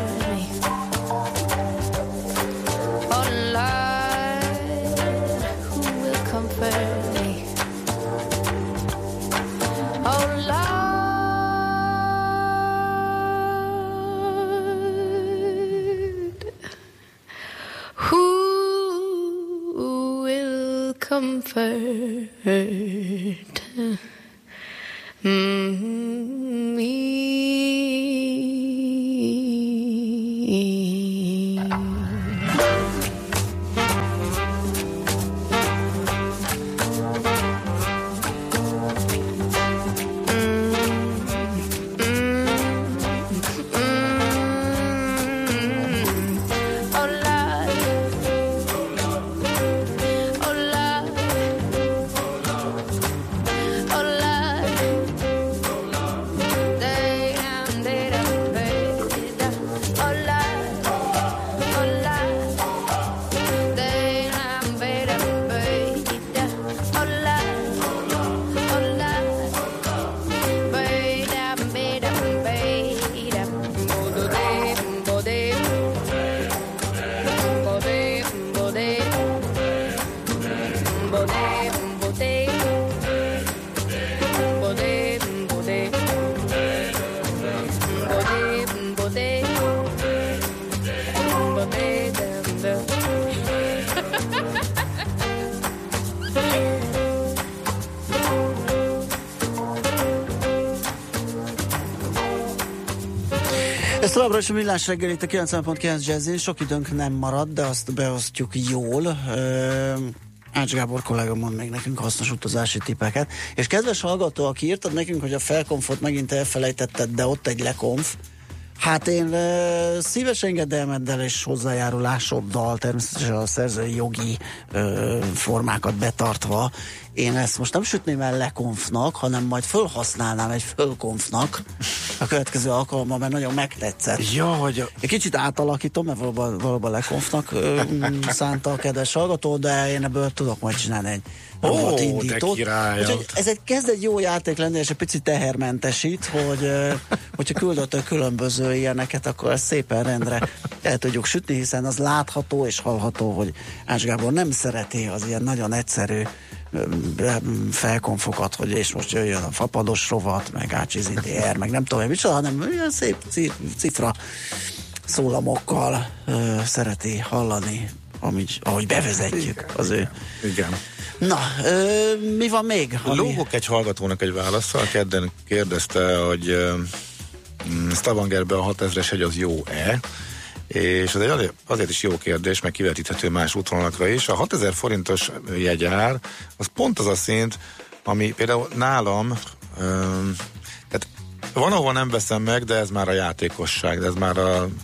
Comfort me. Oh Lord, Ez továbbra is a Millás reggel itt a 90.9 Jazzin, sok időnk nem marad, de azt beosztjuk jól. Ács Gábor kollega mond még nekünk hasznos utazási tippeket. És kedves hallgató, aki írtad nekünk, hogy a felkonfot megint elfelejtetted, de ott egy lekonf, hát én szíves engedelmeddel és hozzájárulásoddal, természetesen a szerzői jogi formákat betartva, én ezt most nem sütném el lekonfnak, hanem majd fölhasználnám egy fölkonfnak a következő alkalommal, mert nagyon megtetszett. Ja, hogy... Egy kicsit átalakítom, mert valóban lekonfnak szánta a kedves hallgató, de én ebből tudok majd csinálni egy indítót. Ez kezd egy jó játék lenni, és egy picit tehermentesít, hogyha küldöttök különböző ilyeneket, akkor ezt szépen rendre el tudjuk sütni, hiszen az látható és hallható, hogy Ács Gábor nem szereti az ilyen nagyon egyszerű felkonfokat, hogy és most jöjjön a fapados rovat, meg ácsizintér, meg nem tudom, micsoda, hanem olyan szép cifra szólamokkal szereti hallani, ahogy bevezetjük az ő. Igen. Na, mi van még? Lógok egy hallgatónak egy válaszsal, kedden kérdezte, hogy Stavangerben a 6000-es hegy az jó-e? És ez azért is jó kérdés, meg kivetíthető más útvonalakra is. A 6000 forintos jegyár, az pont az a szint, ami például nálam, tehát van, ahol nem veszem meg, de ez már a játékosság, de ez már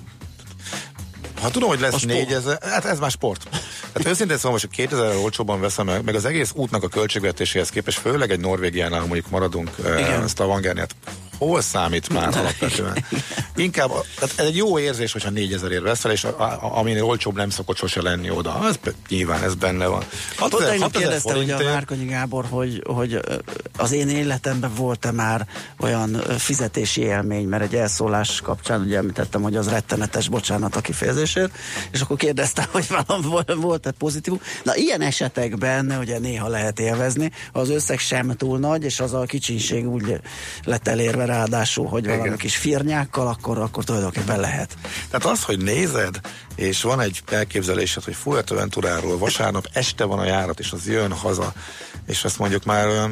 ha tudom, hogy lesz 4000, hát ez már sport. Tehát őszintén szóval, hogy 2000 olcsóban veszem meg az egész útnak a költségvetéséhez képest, főleg egy Norvégiánál, ha mondjuk maradunk Stavangernél, hol számít már alapvetően? Inkább, tehát ez egy jó érzés, hogyha 4000-ért veszel, és aminél olcsóbb nem szokott sose lenni oda. Nyilván ez benne van. Tegnap kérdezte ugye a Márkonyi Gábor, hogy az én életemben volt-e már olyan fizetési élmény, mert egy elszólás kapcsán ugye említettem, hogy az rettenetes, bocsánat a kifejezésért, és akkor kérdezte, hogy volt-e pozitívum. Na, ilyen esetekben ugye néha lehet élvezni, ha az összeg sem túl nagy, és az a kicsinség úgy lett elérve ráadásul, hogy valami kis firnyákkal, akkor tulajdonképpen lehet. Tehát az, hogy nézed, és van egy elképzelésed, hogy Fuerteventuráról vasárnap este van a járat, és az jön haza, és azt mondjuk már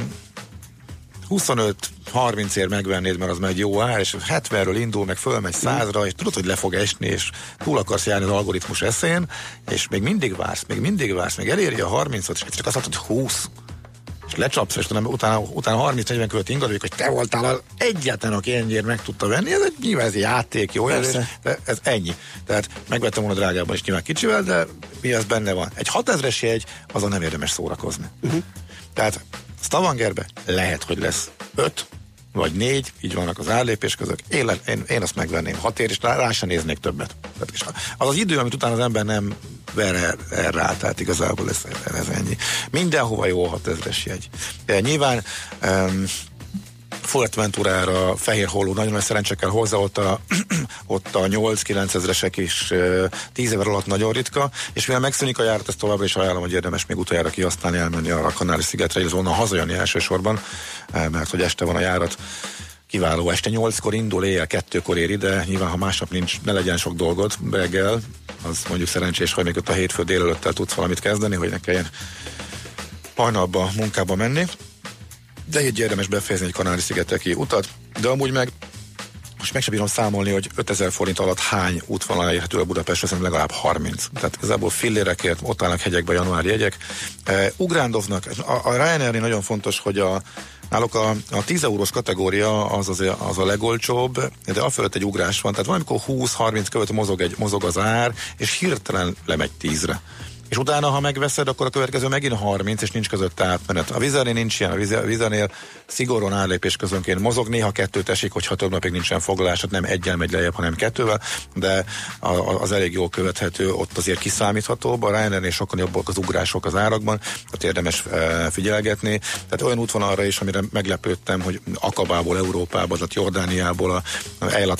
25-30-ért megvennéd, mert az már egy jó ár, és 70-ről indul, meg fölmegy 100-ra, és tudod, hogy le fog esni, és túl akarsz járni az algoritmus eszén, és még mindig vársz, még eléri a 30-ot, és csak azt mondod, hogy 20. És lecsapsz, és utána 30-40 követ ingadozik, hogy te voltál az egyetlen, aki ennyiért meg tudta venni, nyilván ez egy játék, jó érzés, de ez ennyi. Tehát megvettem volna drágában is nyilván kicsivel, de mi az benne van. Egy 6000-es jegy, azon nem érdemes szórakozni. Tehát Stavangerbe lehet, hogy lesz 5 vagy 4, így vannak az árlépés közök. Én azt megvenném 6 ér, és rá sem néznék többet. Az az idő, amit utána az ember nem ver erre át, tehát igazából ez ennyi. Mindenhova jó a 6000-es jegy. Nyilván Fuerteventurára, Fehér Holló nagyon nagy szerencsekkel hozzá, ott a 8-9 ezresek is 10 év alatt nagyon ritka, és mivel megszűnik a járat, ezt továbbra is ajánlom, hogy érdemes még utoljára kihasználni, elmenni a Kanári-szigetre, illetve onnan hazajönni elsősorban, mert hogy este van a járat. Kiváló, este 8-kor indul, éjjel 2-kor ér ide, nyilván ha másnap nincs, ne legyen sok dolgod reggel, az mondjuk szerencsés, hogy még ott a hétfő délelőttel tudsz valamit kezdeni, hogy ne kelljen hajnalba munkába menni. De így érdemes befejezni egy Kanári-szigeteki utat, de amúgy meg most meg sem bírom számolni, hogy 5000 forint alatt hány útvonal elérhető a Budapestre, szerintem legalább 30. Tehát igazából fillérekért ott állnak hegyekbe januári jegyek. Ugrándovnak, a Ryanairnél nagyon fontos, hogy náluk a 10 eurós kategória az a legolcsóbb, de afölött egy ugrás van, tehát valamikor 20-30 követ mozog az ár, és hirtelen lemegy 10-re. És utána, ha megveszed, akkor a következő megint 30, és nincs között átmenet. A Wizzairnél nincs ilyen, a Wizzairnél szigorúan árlépés közönként mozog, néha 2 esik, hogyha több napig nincsen foglalás, nem 1-jel megy lejjebb, hanem 2-vel, de az elég jól követhető, ott azért kiszámíthatóbb, a Ryanairnél sokkal jobbak az ugrások az árakban, tehát érdemes figyelgetni. Tehát olyan útvonalra is, amire meglepődtem, hogy Akabából, Európába, tehát Jordániából, a Eilat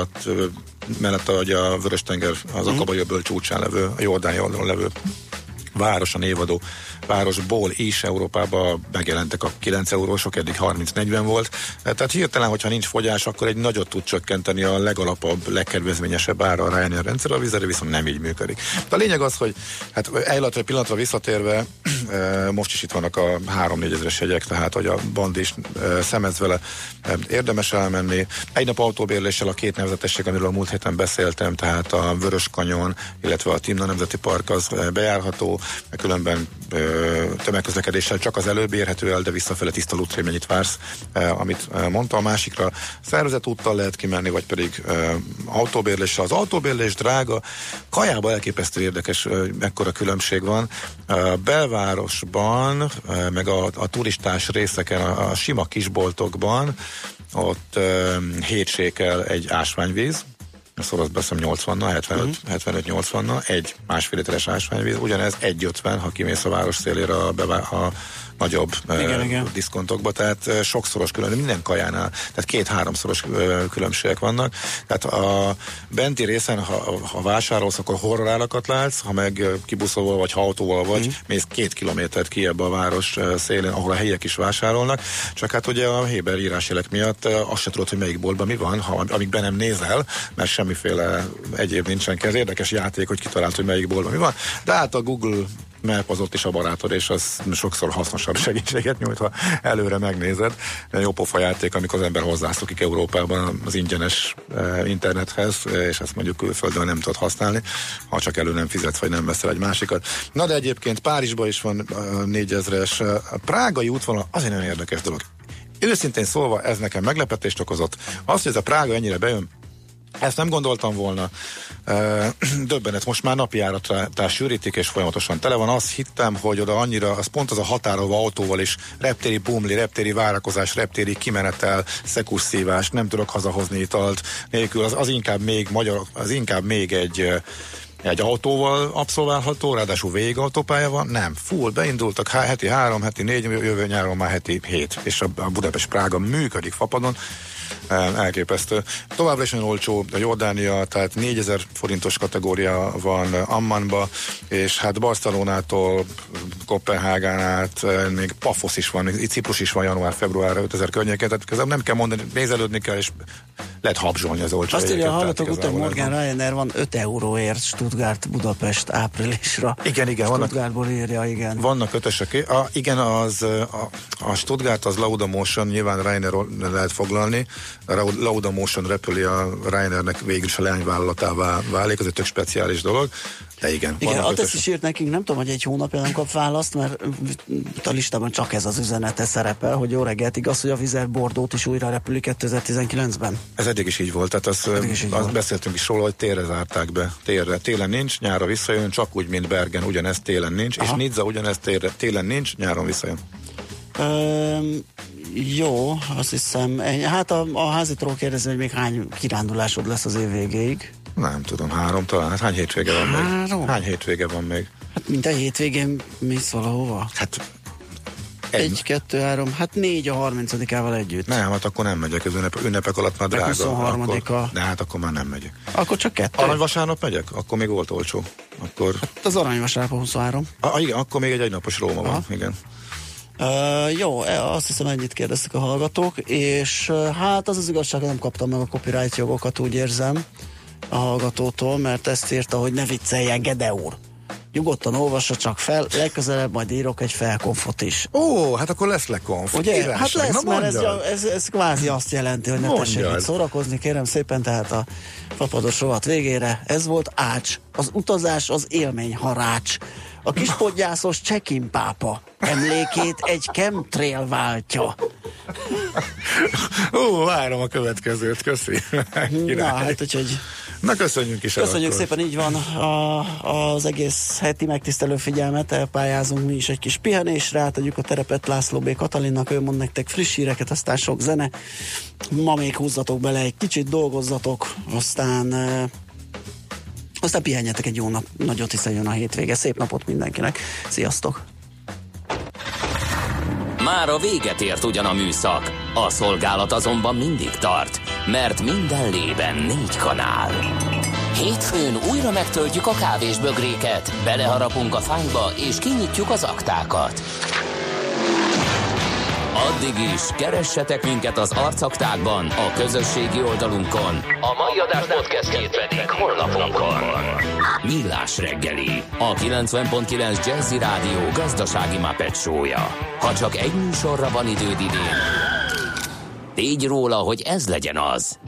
mellett, ahogy a Vörös-tenger, az Akaba-öböl csúcsán levő, a Jordánia oldalon levő városan évadó városból is Európában megjelentek a 9 eurósok, eddig 30-40 volt. Tehát hirtelen, hogyha nincs fogyás, akkor egy nagyot tud csökkenteni a legalapabb, legkedvezményesebb ára a Ryanair rendszer, a Wizz Air viszont nem így működik. De a lényeg az, hogy hát egy pillanatra visszatérve, most is itt vannak a 3-4 ezeres jegyek, tehát hogy a band is szemez vele, érdemes elmenni. Egy nap autóbérléssel a két nevezetesség, amiről a múlt héten beszéltem, tehát a Vöröskanyon, illetve a Timna Nemzeti Park az bejárható, különben tömegközlekedéssel csak az előbb érhető el, de visszafele tiszta lútra, mennyit vársz, amit mondta. A másikra szervezett úttal lehet kimenni, vagy pedig autóbérléssel. Az autóbérlés drága, Kajába elképesztő érdekes, mekkora különbség van. A belvárosban, meg a turistás részeken, a sima kisboltokban ott 7 sékel egy ásványvíz, szorozt beszem 80-nal, 75-80-nal, egy másfél literes ásványvíz, ugyanez 1,50, ha kimész a város szélére a nagyobb diszkontokba, tehát sokszoros különbség, minden kajánál, tehát 2-3-szoros különbségek vannak. Tehát a benti részen, ha vásárolsz, akkor horrorárakat látsz, ha meg kibuszolva vagy ha autóval vagy, mész 2 kilométert kijebb a város szélén, ahol a helyiek is vásárolnak, csak hát ugye a Héber írásjelek miatt azt se tudod, hogy melyik boltban mi van, amíg be nem nézel, mert semmiféle egyéb nincsen. Ez érdekes játék, hogy kitalált, hogy melyik boltban mi van, de hát a Google Map az ott is a barátod, és az sokszor hasznosabb segítséget nyújt, ha előre megnézed. Jó pofa játék, amikor az ember hozzászokik Európában az ingyenes internethez, és ezt mondjuk külföldön nem tudod használni, ha csak elő nem fizetsz, vagy nem veszel egy másikat. Na de egyébként Párizsban is van 4000-es. A prágai útvonal azért nagyon érdekes dolog. Őszintén szólva ez nekem meglepetést okozott. Az, hogy ez a Prága ennyire bejön, ezt nem gondoltam volna. Döbbenet, most már napi járatás sűrítik, és folyamatosan tele van. Azt hittem, hogy oda annyira, az pont az a határolva autóval is, reptéri bumli, reptéri várakozás, reptéri kimenetel, szekusszívás, nem tudok hazahozni italt nélkül, az inkább még magyar, az inkább még egy autóval abszolválható, ráadásul végigautópálya van, nem, full, beindultak heti 3, heti 4, jövő nyáron már heti 7, és a Budapest-Prága működik fapadon, elképesztő. Továbbra is nagyon olcsó a Jordánia, tehát 4000 forintos kategória van Ammanba, és hát Barcelonától Kopenhágán át még Paphos is van, itt Ciprus is van január-februárra 5000 környéken, tehát közben nem kell mondani, nézelődni kell, és lehet habzsolni az olcsó. Azt írja a hallgatók után, Morgan Ryanair van 5 euróért Stuttgart Budapest áprilisra. Igen, Stuttgartból írja, igen. Vannak ötösök. Igen, a Stuttgart az Laudamotion, nyilván Ryanair lehet foglalni. A Laudamotion repüli a Ryanairnek végül is a leányvállalatává válik, az egy tök speciális dolog. De igen. A TESZ is írt nekünk, nem tudom, hogy egy hónapja nem kap választ, mert a listában csak ez az üzenete szerepel, hogy jó reggelt, igaz, hogy a Wizz Air Bordeaux-t is újra repüli 2019-ben. Ez eddig is így volt, tehát azt beszéltünk is róla, hogy térre zárták be. Télen nincs, nyára visszajön, csak úgy, mint Bergen, ugyanez télen nincs, és Nizza ugyanez télen nincs, nyáron visszajön. Jó, azt hiszem, hát a házitról kérdezni, hogy még hány kirándulásod lesz az év végéig? Nem tudom, 3 talán. Hát hány hétvége van még? Hány hétvége van még? Hát minden hétvégén mész valahova? Hát 1, 2, 3, hát 4 a 30-ával együtt. Nem, hát akkor nem megyek, az ünnepek alatt már drága. 23-a. De hát akkor már nem megyek. Akkor csak 2. Aranyvasárnap megyek? Akkor még volt olcsó. Akkor... Hát az aranyvasárnap a 23. Igen, akkor még egy egynapos Róma van, igen. Jó, azt hiszem ennyit kérdeztek a hallgatók, és hát az igazság, nem kaptam meg a copyright jogokat, úgy érzem a hallgatótól, mert ezt írta, hogy ne vicceljen, Gede úr. Nyugodtan olvassa csak fel, legközelebb majd írok egy felkonfot is. Ó, hát akkor lesz lekonf. Ugye? Hát lesz, mert ez kvázi azt jelenti, hogy ne tessék itt szórakozni, kérem szépen, tehát a fapados rovat végére. Ez volt Ács. Az utazás az élmény harács. A kispodgyászos check-in pápa emlékét egy chemtrail váltja. Várom a következőt, köszi. Na, hát úgyhogy... Na, köszönjük is. Köszönjük szépen, így van az egész heti megtisztelő figyelmet, elpályázunk mi is egy kis pihenésre, átadjuk a terepet László B. Katalinnak, ő mond nektek friss híreket, aztán sok zene. Ma még húzzatok bele egy kicsit, dolgozzatok, aztán pihenjetek egy jó nap, nagyot, hiszen jön a hétvége. Szép napot mindenkinek, sziasztok! Már a véget ért ugyan a műszak, a szolgálat azonban mindig tart, mert minden lében 4 kanál. Hétfőn újra megtöltjük a kávésbögréket, beleharapunk a fányba és kinyitjuk az aktákat. Addig is keressetek minket az arcaktákban, a közösségi oldalunkon. A mai adás podcastjét pedig honlapunkon. Millás reggeli, a 90.9 Jazzy Rádió gazdasági Muppet show-ja. Ha csak egy műsorra van időd idén, tégy róla, hogy ez legyen az.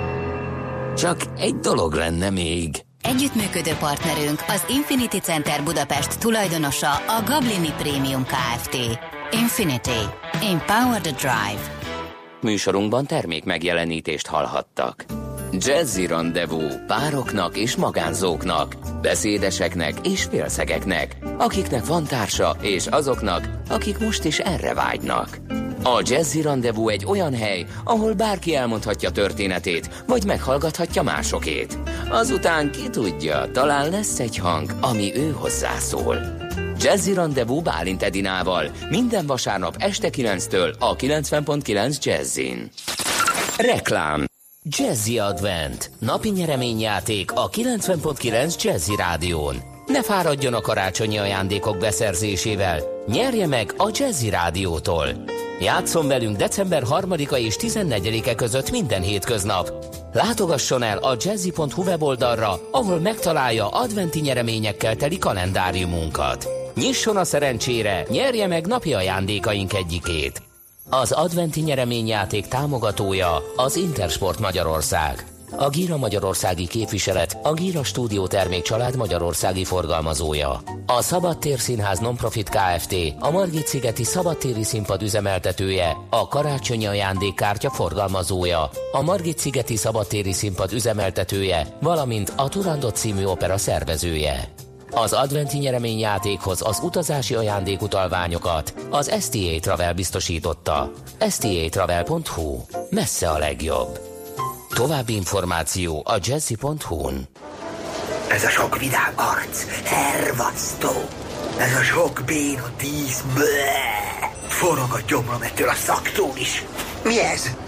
Csak egy dolog lenne még. Együttműködő partnerünk az Infinity Center Budapest tulajdonosa a Gablini Premium Kft. Infinity. Empower the Drive. Műsorunkban termék megjelenítést hallhattak. Jazzy Rendezvú pároknak és magánzóknak, beszédeseknek és félszegeknek, akiknek van társa és azoknak, akik most is erre vágynak. A Jazzy Rendezvú egy olyan hely, ahol bárki elmondhatja történetét, vagy meghallgathatja másokét. Azután ki tudja, talán lesz egy hang, ami ő hozzászól. Jazzy Rendezvú Bálint Edinával minden vasárnap este 9-től a 90.9 Jazzin. Reklám. Jazzy Advent. Napi nyereményjáték a 90.9 Jazzy Rádión. Ne fáradjon a karácsonyi ajándékok beszerzésével. Nyerje meg a Jazzy Rádiótól. Játsszon velünk december 3-a és 14-e között minden hétköznap. Látogasson el a jazzy.hu weboldalra, ahol megtalálja adventi nyereményekkel teli kalendáriumunkat. Nyisson a szerencsére, nyerje meg napi ajándékaink egyikét. Az adventi nyereményjáték támogatója az Intersport Magyarország. A Gira Magyarországi képviselet a Gira Stúdió termékcsalád magyarországi forgalmazója. A Szabadtér Színház Nonprofit Kft. A Margit-szigeti Szabadtéri Színpad üzemeltetője, a Karácsonyi Ajándékkártya forgalmazója, a Margit-szigeti Szabadtéri Színpad üzemeltetője, valamint a Turandot című opera szervezője. Az adventi nyereményjátékhoz az utazási ajándékutalványokat az STA Travel biztosította. statravel.hu. Messze a legjobb. További információ a jazzy.hu-n. Ez a sok vidám arc, hervasztó. Ez a sok béna dísz, forog a gyomrom ettől a szaktól is. Mi ez?